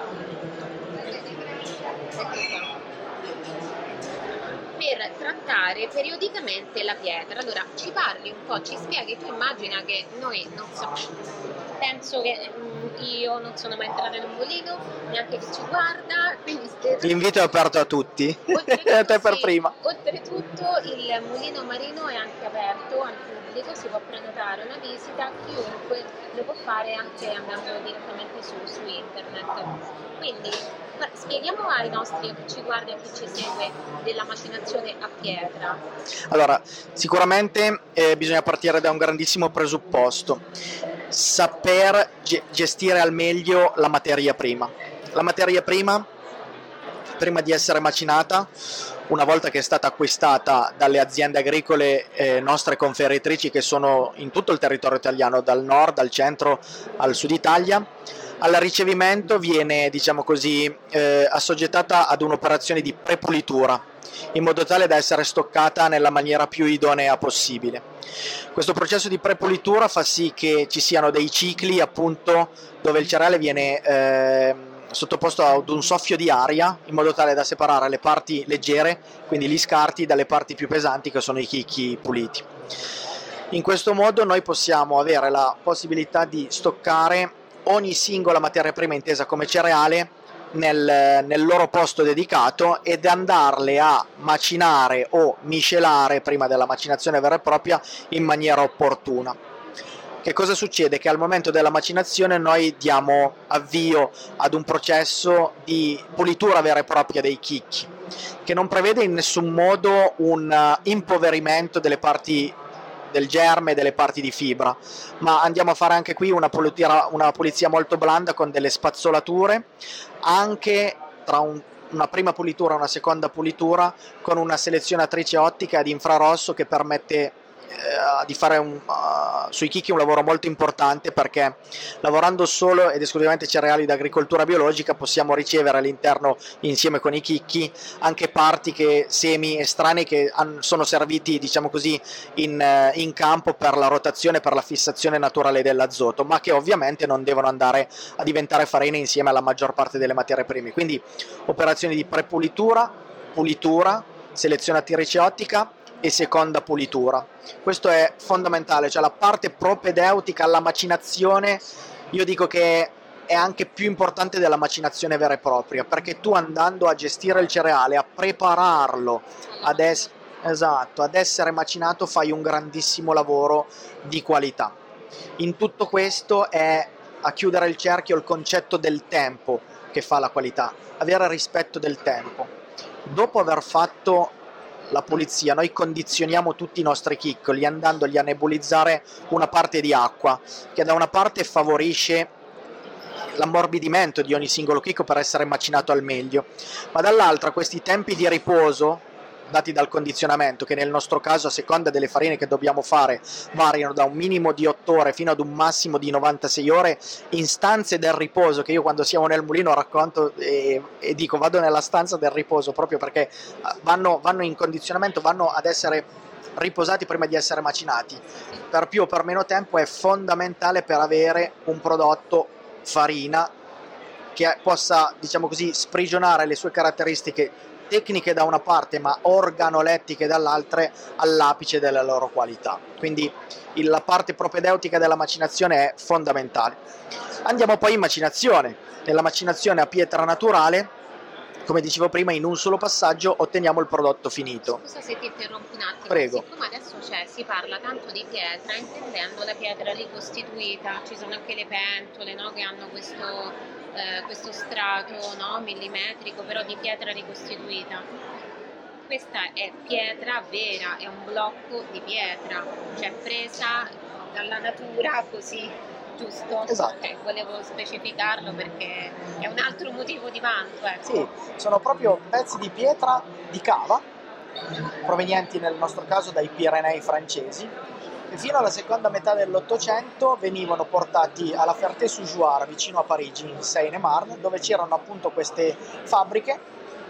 per trattare periodicamente la pietra. Allora ci parli un po', ci spieghi, tu immagina che noi non so, penso che mh, io non sono mai entrata in un mulino, neanche chi ci guarda, quindi l'invito è aperto a tutti, a te per sì, prima. Oltretutto il mulino marino è anche aperto al pubblico, si può prenotare una visita, chiunque lo può fare anche andando direttamente su, su internet. Quindi spieghiamo ai nostri, a chi ci guarda e a chi ci segue, della macinazione a pietra. Allora, sicuramente eh, bisogna partire da un grandissimo presupposto: saper ge- gestire al meglio la materia prima. La materia prima, prima di essere macinata, una volta che è stata acquistata dalle aziende agricole eh, nostre conferitrici, che sono in tutto il territorio italiano, dal nord, dal centro al sud Italia, al ricevimento viene, diciamo così, eh, assoggettata ad un'operazione di prepulitura, in modo tale da essere stoccata nella maniera più idonea possibile. Questo processo di prepulitura fa sì che ci siano dei cicli, appunto, dove il cereale viene eh, sottoposto ad un soffio di aria, in modo tale da separare le parti leggere, quindi gli scarti, dalle parti più pesanti, che sono i chicchi puliti. In questo modo noi possiamo avere la possibilità di stoccare ogni singola materia prima intesa come cereale nel, nel loro posto dedicato, ed andarle a macinare o miscelare prima della macinazione vera e propria in maniera opportuna. Che cosa succede? Che al momento della macinazione noi diamo avvio ad un processo di pulitura vera e propria dei chicchi, che non prevede in nessun modo un impoverimento delle parti del germe, delle parti di fibra, ma andiamo a fare anche qui una pulizia, una pulizia molto blanda con delle spazzolature, anche tra un, una prima pulitura e una seconda pulitura, con una selezionatrice ottica ad infrarosso che permette eh, di fare un, uh, sui chicchi un lavoro molto importante, perché lavorando solo ed esclusivamente cereali d'agricoltura biologica possiamo ricevere all'interno, insieme con i chicchi, anche parti che semi estranei che han, sono serviti, diciamo così, in, uh, in campo per la rotazione, per la fissazione naturale dell'azoto, ma che ovviamente non devono andare a diventare farina insieme alla maggior parte delle materie prime. Quindi operazioni di prepulitura, pulitura, selezionatrice ottica e seconda pulitura. Questo è fondamentale, cioè la parte propedeutica alla macinazione. Io dico che è anche più importante della macinazione vera e propria, perché tu andando a gestire il cereale, a prepararlo ad, es- esatto, ad essere macinato, fai un grandissimo lavoro di qualità. In tutto questo è, a chiudere il cerchio, il concetto del tempo che fa la qualità, avere rispetto del tempo. Dopo aver fatto la pulizia, noi condizioniamo tutti i nostri chiccoli andandoli a nebulizzare una parte di acqua, che da una parte favorisce l'ammorbidimento di ogni singolo chicco per essere macinato al meglio, ma dall'altra questi tempi di riposo dati dal condizionamento, che nel nostro caso a seconda delle farine che dobbiamo fare variano da un minimo di otto ore fino ad un massimo di novantasei ore, in stanze del riposo, che io quando siamo nel mulino racconto e, e dico vado nella stanza del riposo proprio perché vanno, vanno in condizionamento, vanno ad essere riposati prima di essere macinati, per più o per meno tempo, è fondamentale per avere un prodotto farina che possa, diciamo così, sprigionare le sue caratteristiche tecniche da una parte ma organolettiche dall'altra all'apice della loro qualità. Quindi il, la parte propedeutica della macinazione è fondamentale. Andiamo poi in macinazione. Nella macinazione a pietra naturale, come dicevo prima, in un solo passaggio otteniamo il prodotto finito. Scusa se ti interrompo un attimo. Prego. Siccome adesso cioè, si parla tanto di pietra, intendendo la pietra ricostituita, ci sono anche le pentole, no, che hanno questo, eh, questo strato, no, millimetrico, però di pietra ricostituita. Questa è pietra vera, è un blocco di pietra, cioè presa dalla natura così, giusto? Esatto. Okay, volevo specificarlo perché è un altro motivo di vanto. Ecco. Sì, sono proprio pezzi di pietra di cava, provenienti nel nostro caso dai Pirenei francesi, che fino alla seconda metà dell'Ottocento venivano portati alla Ferté-sous-Jouarre, vicino a Parigi, in Seine-et-Marne, dove c'erano appunto queste fabbriche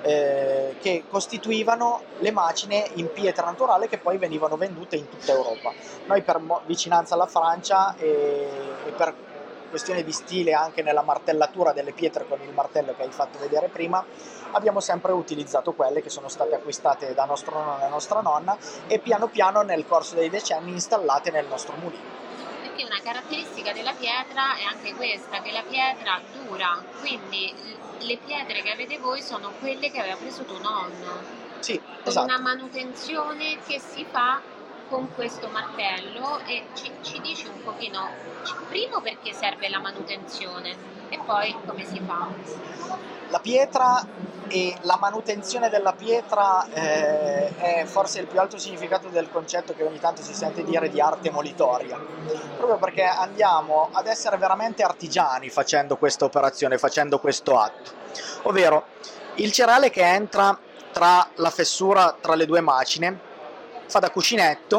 eh, che costituivano le macine in pietra naturale che poi venivano vendute in tutta Europa. Noi per mo- vicinanza alla Francia e, e per questione di stile anche nella martellatura delle pietre con il martello che hai fatto vedere prima, abbiamo sempre utilizzato quelle che sono state acquistate da nostro nonno e nostra nonna e piano piano nel corso dei decenni installate nel nostro mulino. Perché una caratteristica della pietra è anche questa, che la pietra dura, quindi le pietre che avete voi sono quelle che aveva preso tuo nonno. Sì, con esatto. Una manutenzione che si fa con questo martello e ci, ci dici un pochino, primo perché serve la manutenzione e poi come si fa? La pietra e la manutenzione della pietra eh, è forse il più alto significato del concetto che ogni tanto si sente dire di arte molitoria, proprio perché andiamo ad essere veramente artigiani facendo questa operazione, facendo questo atto, ovvero il cereale che entra tra la fessura tra le due macine fa da cuscinetto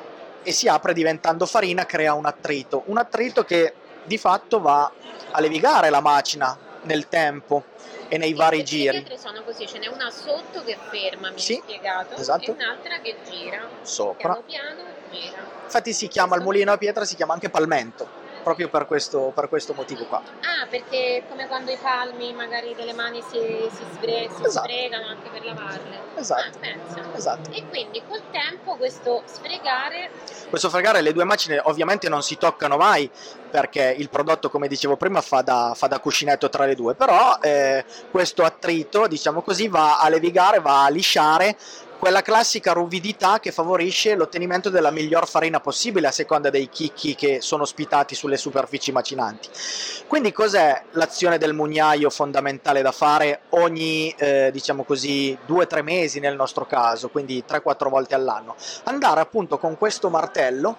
e si apre diventando farina, crea un attrito, un attrito che di fatto va a levigare la macina nel tempo e nei vari giri. Le pietre sono così, ce n'è una sotto che ferma, mi sì, hai spiegato, esatto. E un'altra che gira, sopra. piano piano gira. Infatti si chiama il mulino a pietra, si chiama anche palmento, proprio per questo, per questo motivo qua. Ah, perché come quando i palmi magari delle mani si, si, spre- si esatto. sfregano anche per lavarle. Esatto. Ah, pensa. esatto. E quindi col tempo questo sfregare... Questo fregare, le due macine ovviamente non si toccano mai, perché il prodotto, come dicevo prima, fa da, fa da cuscinetto tra le due, però eh, questo attrito, diciamo così, va a levigare, va a lisciare quella classica ruvidità che favorisce l'ottenimento della miglior farina possibile a seconda dei chicchi che sono ospitati sulle superfici macinanti. Quindi cos'è l'azione del mugnaio fondamentale da fare ogni, eh, diciamo così, due o tre mesi nel nostro caso, quindi tre quattro volte all'anno? Andare appunto con questo martello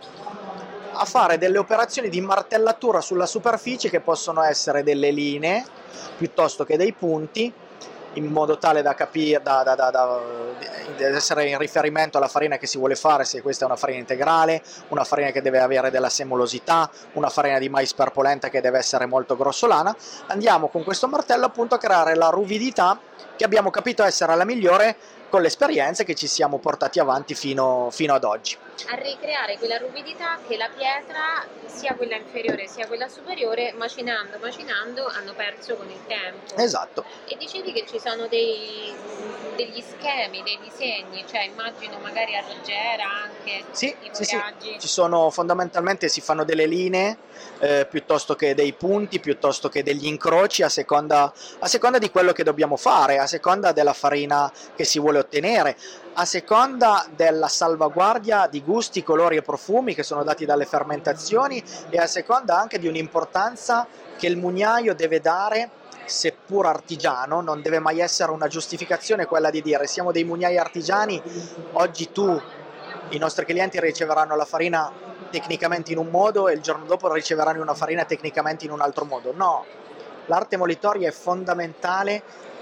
a fare delle operazioni di martellatura sulla superficie che possono essere delle linee piuttosto che dei punti, in modo tale da capire, da, da, da, da essere in riferimento alla farina che si vuole fare, se questa è una farina integrale, una farina che deve avere della semolosità, una farina di mais per polenta che deve essere molto grossolana. Andiamo con questo martello appunto a creare la ruvidità che abbiamo capito essere la migliore con le esperienze che ci siamo portati avanti fino, fino ad oggi. a ricreare quella ruvidità che la pietra, sia quella inferiore sia quella superiore, macinando, macinando, hanno perso con il tempo. Esatto. E dicevi che ci sono dei, degli schemi, dei disegni, cioè immagino magari a roggiera anche, Sì, i sì, sì. foraggi. Ci sono, fondamentalmente si fanno delle linee eh, piuttosto che dei punti, piuttosto che degli incroci, a seconda, a seconda di quello che dobbiamo fare, a seconda della farina che si vuole ottenere, a seconda della salvaguardia di gusti, colori e profumi che sono dati dalle fermentazioni, e a seconda anche di un'importanza che il mugnaio deve dare, seppur artigiano. Non deve mai essere una giustificazione quella di dire siamo dei mugnai artigiani, oggi tu, i nostri clienti riceveranno la farina tecnicamente in un modo e il giorno dopo riceveranno una farina tecnicamente in un altro modo. No, l'arte molitoria è fondamentale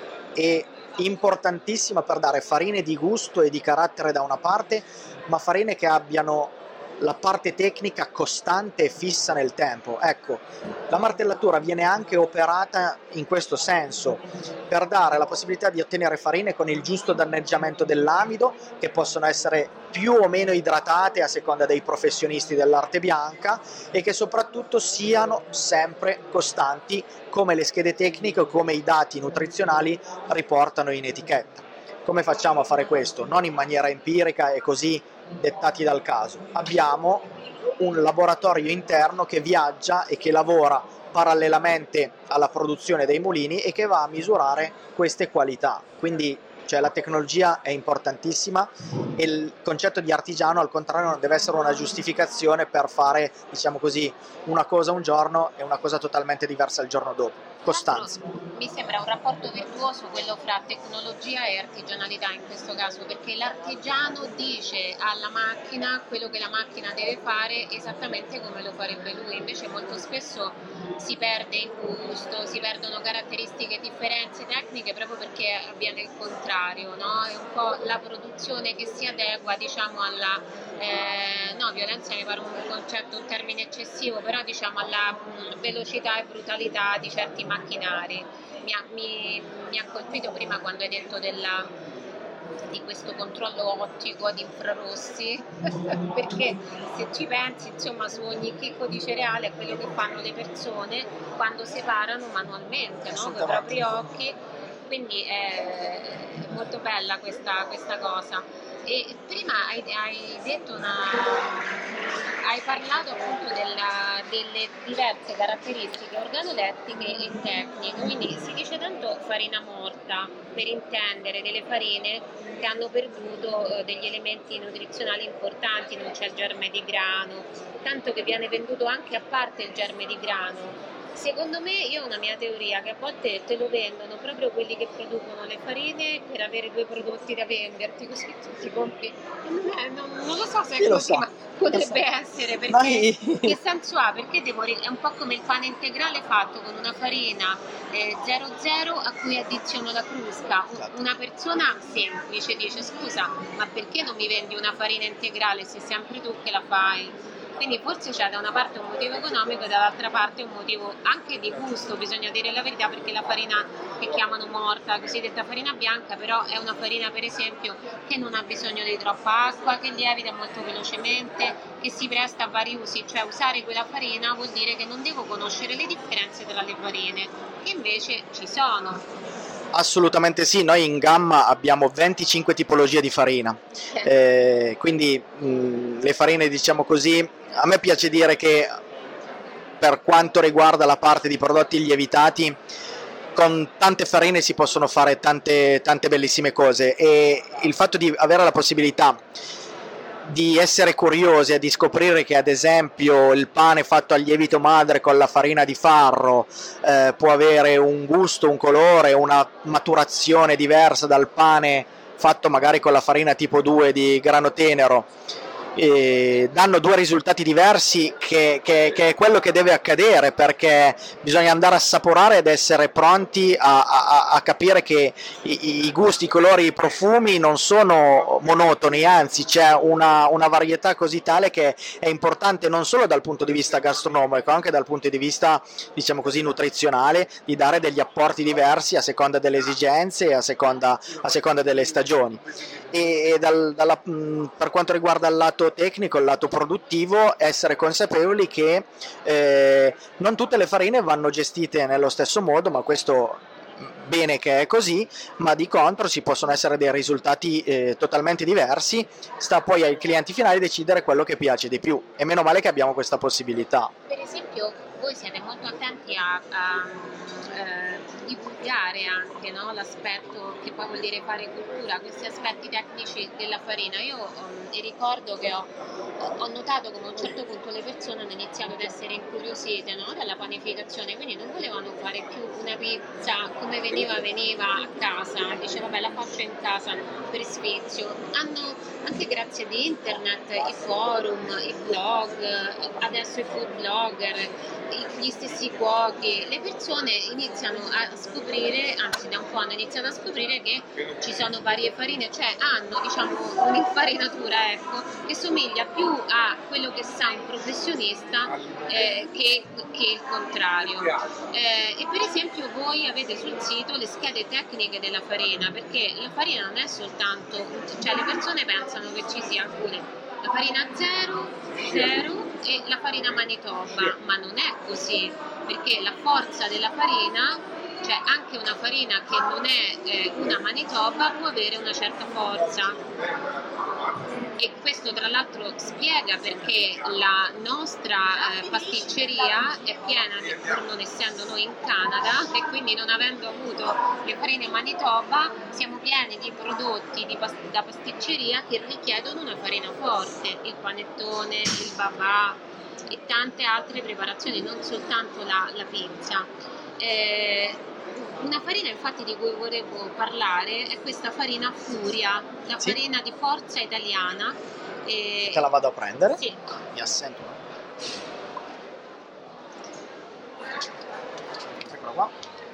e importantissima per dare farine di gusto e di carattere da una parte, ma farine che abbiano la parte tecnica costante e fissa nel tempo. Ecco, la martellatura viene anche operata in questo senso, per dare la possibilità di ottenere farine con il giusto danneggiamento dell'amido, che possono essere più o meno idratate a seconda dei professionisti dell'arte bianca, e che soprattutto siano sempre costanti, come le schede tecniche o come i dati nutrizionali riportano in etichetta. Come facciamo a fare questo? Non in maniera empirica e così dettati dal caso. Abbiamo un laboratorio interno che viaggia e che lavora parallelamente alla produzione dei mulini e che va a misurare queste qualità. Quindi cioè, la tecnologia è importantissima e il concetto di artigiano, al contrario, non deve essere una giustificazione per fare, diciamo così, una cosa un giorno e una cosa totalmente diversa il giorno dopo. Costanza. Mi sembra un rapporto virtuoso quello fra tecnologia e artigianalità in questo caso, perché l'artigiano dice alla macchina quello che la macchina deve fare esattamente come lo farebbe lui, invece molto spesso si perde il gusto, si perdono caratteristiche, differenze tecniche proprio perché avviene il contrario, no? È un po' la produzione che si adegua, diciamo, alla eh, no, violenza mi pare un concetto, un termine eccessivo, però diciamo alla mh, velocità e brutalità di certi macchinari. Mi ha, mi, mi ha colpito prima quando hai detto della, di questo controllo ottico ad infrarossi perché se ci pensi, insomma, su ogni chicco di cereale è quello che fanno le persone quando separano manualmente, no? Con i propri occhi, quindi è molto bella questa, questa cosa. E prima hai, hai detto una, hai parlato appunto della, delle diverse caratteristiche organolettiche e tecniche, quindi si dice tanto farina morta per intendere delle farine che hanno perduto eh, degli elementi nutrizionali importanti, non c'è il germe di grano, tanto che viene venduto anche a parte il germe di grano. Secondo me, io ho una mia teoria, che a volte te lo vendono proprio quelli che producono le farine per avere due prodotti da venderti, così tu ti compri. Non, è, non, non lo so se è così, ma potrebbe essere, perché Noi... che senso ha? Perché devo, è un po' come il pane integrale fatto con una farina eh, zero zero a cui addiziono la crusca. Una persona semplice dice: scusa, ma perché non mi vendi una farina integrale se sei sempre tu che la fai? Quindi forse c'è da una parte un motivo economico e dall'altra parte un motivo anche di gusto, bisogna dire la verità, perché la farina che chiamano morta, cosiddetta farina bianca, però è una farina per esempio che non ha bisogno di troppa acqua, che lievita molto velocemente, che si presta a vari usi, cioè usare quella farina vuol dire che non devo conoscere le differenze tra le farine, che invece ci sono. Assolutamente sì, noi in gamma abbiamo venticinque tipologie di farina, eh, quindi mh, le farine, diciamo così, a me piace dire che per quanto riguarda la parte di prodotti lievitati, con tante farine si possono fare tante, tante bellissime cose, e il fatto di avere la possibilità di essere curiosi e di scoprire che ad esempio il pane fatto al lievito madre con la farina di farro eh, può avere un gusto, un colore, una maturazione diversa dal pane fatto magari con la farina tipo due di grano tenero, e danno due risultati diversi, che, che, che è quello che deve accadere, perché bisogna andare a assaporare ed essere pronti a, a, a capire che i, i gusti, i colori, i profumi non sono monotoni, anzi c'è una, una varietà così tale che è importante non solo dal punto di vista gastronomico, anche dal punto di vista, diciamo così, nutrizionale, di dare degli apporti diversi a seconda delle esigenze e a seconda, a seconda delle stagioni. E, e dal, dalla, per quanto riguarda il lato lato tecnico, il lato produttivo, essere consapevoli che eh, non tutte le farine vanno gestite nello stesso modo, ma questo bene che è così, ma di contro ci possono essere dei risultati eh, totalmente diversi. Sta poi ai clienti finali decidere quello che piace di più, e meno male che abbiamo questa possibilità. Per esempio voi siete molto attenti a, a eh, divulgare anche, no, l'aspetto che poi vuol dire fare cultura, questi aspetti tecnici della farina. Io um, ricordo che ho, ho notato come a un certo punto le persone hanno iniziato ad essere incuriosite, no, dalla panificazione, quindi non volevano fare più una pizza come veniva veniva a casa, dice vabbè la faccio in casa per sfizio. Hanno anche grazie ad internet, i forum, i blog, adesso i food blogger, gli stessi cuochi, le persone iniziano a scoprire, anzi da un po' hanno iniziato a scoprire che ci sono varie farine, cioè hanno, diciamo, un'infarinatura, ecco, che somiglia più a quello che sa un professionista eh, che, che il contrario. Eh, e per esempio voi avete sul sito le schede tecniche della farina, perché la farina non è soltanto, cioè le persone pensano che ci sia alcune la farina zero, zero e la farina Manitoba, ma non è così, perché la forza della farina, cioè anche una farina che non è eh, una Manitoba può avere una certa forza. E questo tra l'altro spiega perché la nostra eh, pasticceria è piena, di, pur non essendo noi in Canada e quindi non avendo avuto le farine Manitoba, siamo pieni di prodotti di past- da pasticceria che richiedono una farina forte, il panettone, il babà e tante altre preparazioni, non soltanto la, la pizza. Eh, Una farina infatti di cui volevo parlare è questa farina Furia, la sì. farina di forza italiana. E... Te la vado a prendere? Sì. Mi assento. Eccola qua.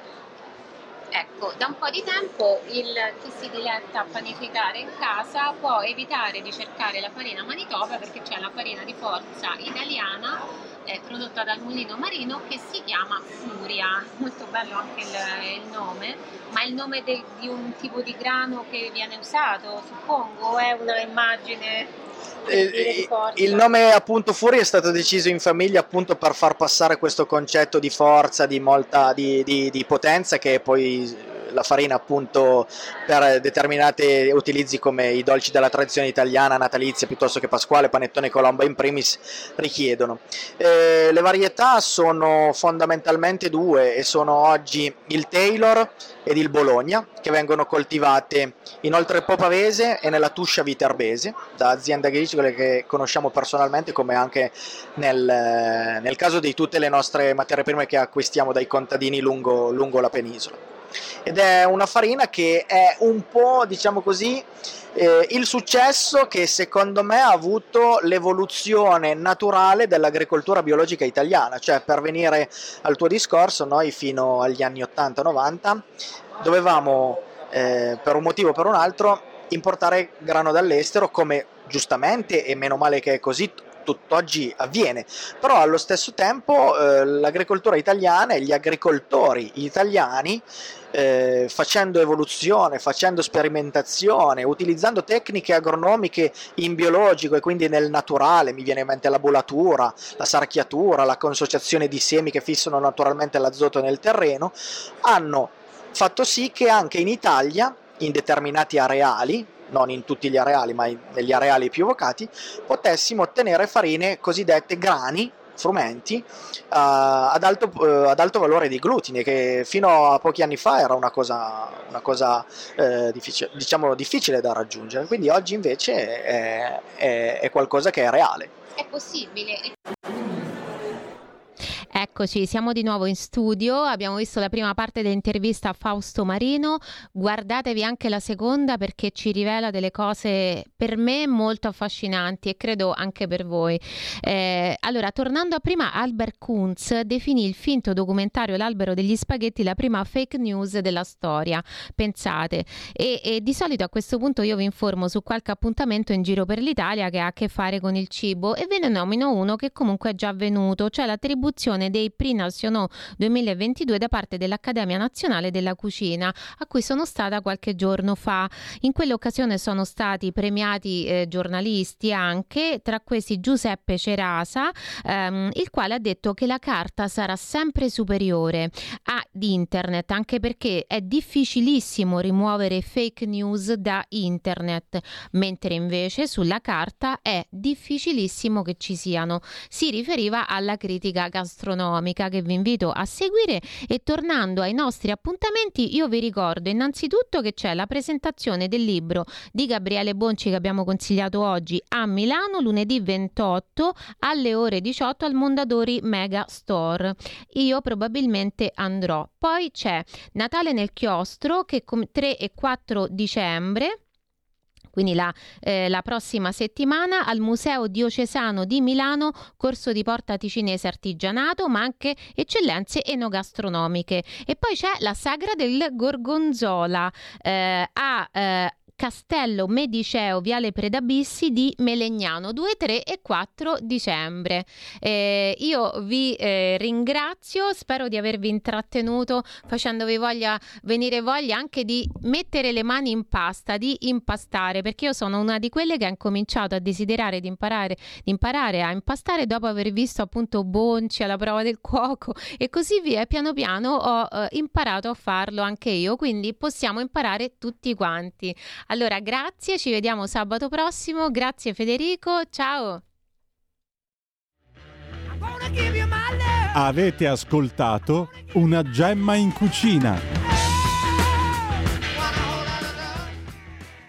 Ecco, da un po' di tempo il chi si diletta a panificare in casa può evitare di cercare la farina Manitoba, perché c'è la farina di forza italiana eh, prodotta dal Mulino Marino che si chiama Furia. Molto bello anche il, il nome, ma è il nome de, di un tipo di grano che viene usato, suppongo, è una immagine... Eh, il nome appunto Furia è stato deciso in famiglia appunto per far passare questo concetto di forza, di molta di, di, di potenza, che poi la farina appunto per determinati utilizzi come i dolci della tradizione italiana natalizia piuttosto che pasquale, panettone e colomba in primis richiedono. Eh, le varietà sono fondamentalmente due e sono oggi il Taylor ed il Bologna, che vengono coltivate in Oltrepo Pavese e nella Tuscia Viterbese da aziende agricole che conosciamo personalmente, come anche nel, nel caso di tutte le nostre materie prime che acquistiamo dai contadini lungo, lungo la penisola. Ed è una farina che è un po', diciamo così, eh, il successo che secondo me ha avuto l'evoluzione naturale dell'agricoltura biologica italiana. Cioè, per venire al tuo discorso, noi fino agli anni ottanta novanta dovevamo eh, per un motivo o per un altro importare grano dall'estero, come giustamente e meno male che è così tutt'oggi avviene, però allo stesso tempo eh, l'agricoltura italiana e gli agricoltori italiani eh, facendo evoluzione, facendo sperimentazione, utilizzando tecniche agronomiche in biologico e quindi nel naturale, mi viene in mente la bolatura, la sarchiatura, la consociazione di semi che fissano naturalmente l'azoto nel terreno, hanno fatto sì che anche in Italia, in determinati areali, non in tutti gli areali ma negli areali più evocati, potessimo ottenere farine cosiddette grani, frumenti, uh, ad, alto, uh, ad alto valore di glutine, che fino a pochi anni fa era una cosa, una cosa uh, difficile, diciamo, difficile da raggiungere, quindi oggi invece è, è, è qualcosa che è reale. È possibile. Eccoci, siamo di nuovo in studio, abbiamo visto la prima parte dell'intervista a Fausto Marino, guardatevi anche la seconda perché ci rivela delle cose per me molto affascinanti e credo anche per voi. Eh, allora, tornando a prima, Albert Kuntz definì il finto documentario L'albero degli spaghetti la prima fake news della storia, pensate, e, e di solito a questo punto io vi informo su qualche appuntamento in giro per l'Italia che ha a che fare con il cibo e ve ne nomino uno che comunque è già avvenuto, cioè l'attribuzione edizione dei Prix Nationaux duemilaventidue da parte dell'Accademia Nazionale della Cucina, a cui sono stata qualche giorno fa. In quell'occasione sono stati premiati eh, giornalisti anche, tra questi Giuseppe Cerasa, ehm, il quale ha detto che la carta sarà sempre superiore ad internet, anche perché è difficilissimo rimuovere fake news da internet, mentre invece sulla carta è difficilissimo che ci siano. Si riferiva alla critica gastronomica, che vi invito a seguire. E tornando ai nostri appuntamenti, io vi ricordo innanzitutto che c'è la presentazione del libro di Gabriele Bonci che abbiamo consigliato oggi a Milano lunedì ventotto alle ore diciotto al Mondadori Mega Store. Io probabilmente andrò. Poi c'è Natale nel chiostro che tre e quattro dicembre, quindi la, eh, la prossima settimana, al Museo Diocesano di Milano, corso di Porta Ticinese Artigianato, ma anche eccellenze enogastronomiche. E poi c'è la Sagra del Gorgonzola eh, a eh, Castello Mediceo, Viale Predabissi di Melegnano, due, tre e quattro dicembre. Eh, io vi eh, ringrazio, spero di avervi intrattenuto, facendovi voglia, venire voglia anche di mettere le mani in pasta, di impastare, perché io sono una di quelle che ha incominciato a desiderare di imparare, di imparare a impastare dopo aver visto appunto Bonci alla prova del cuoco e così via. Piano piano ho eh, imparato a farlo anche io, quindi possiamo imparare tutti quanti. Allora, grazie, ci vediamo sabato prossimo. Grazie Federico, ciao. Avete ascoltato Una gemma in cucina.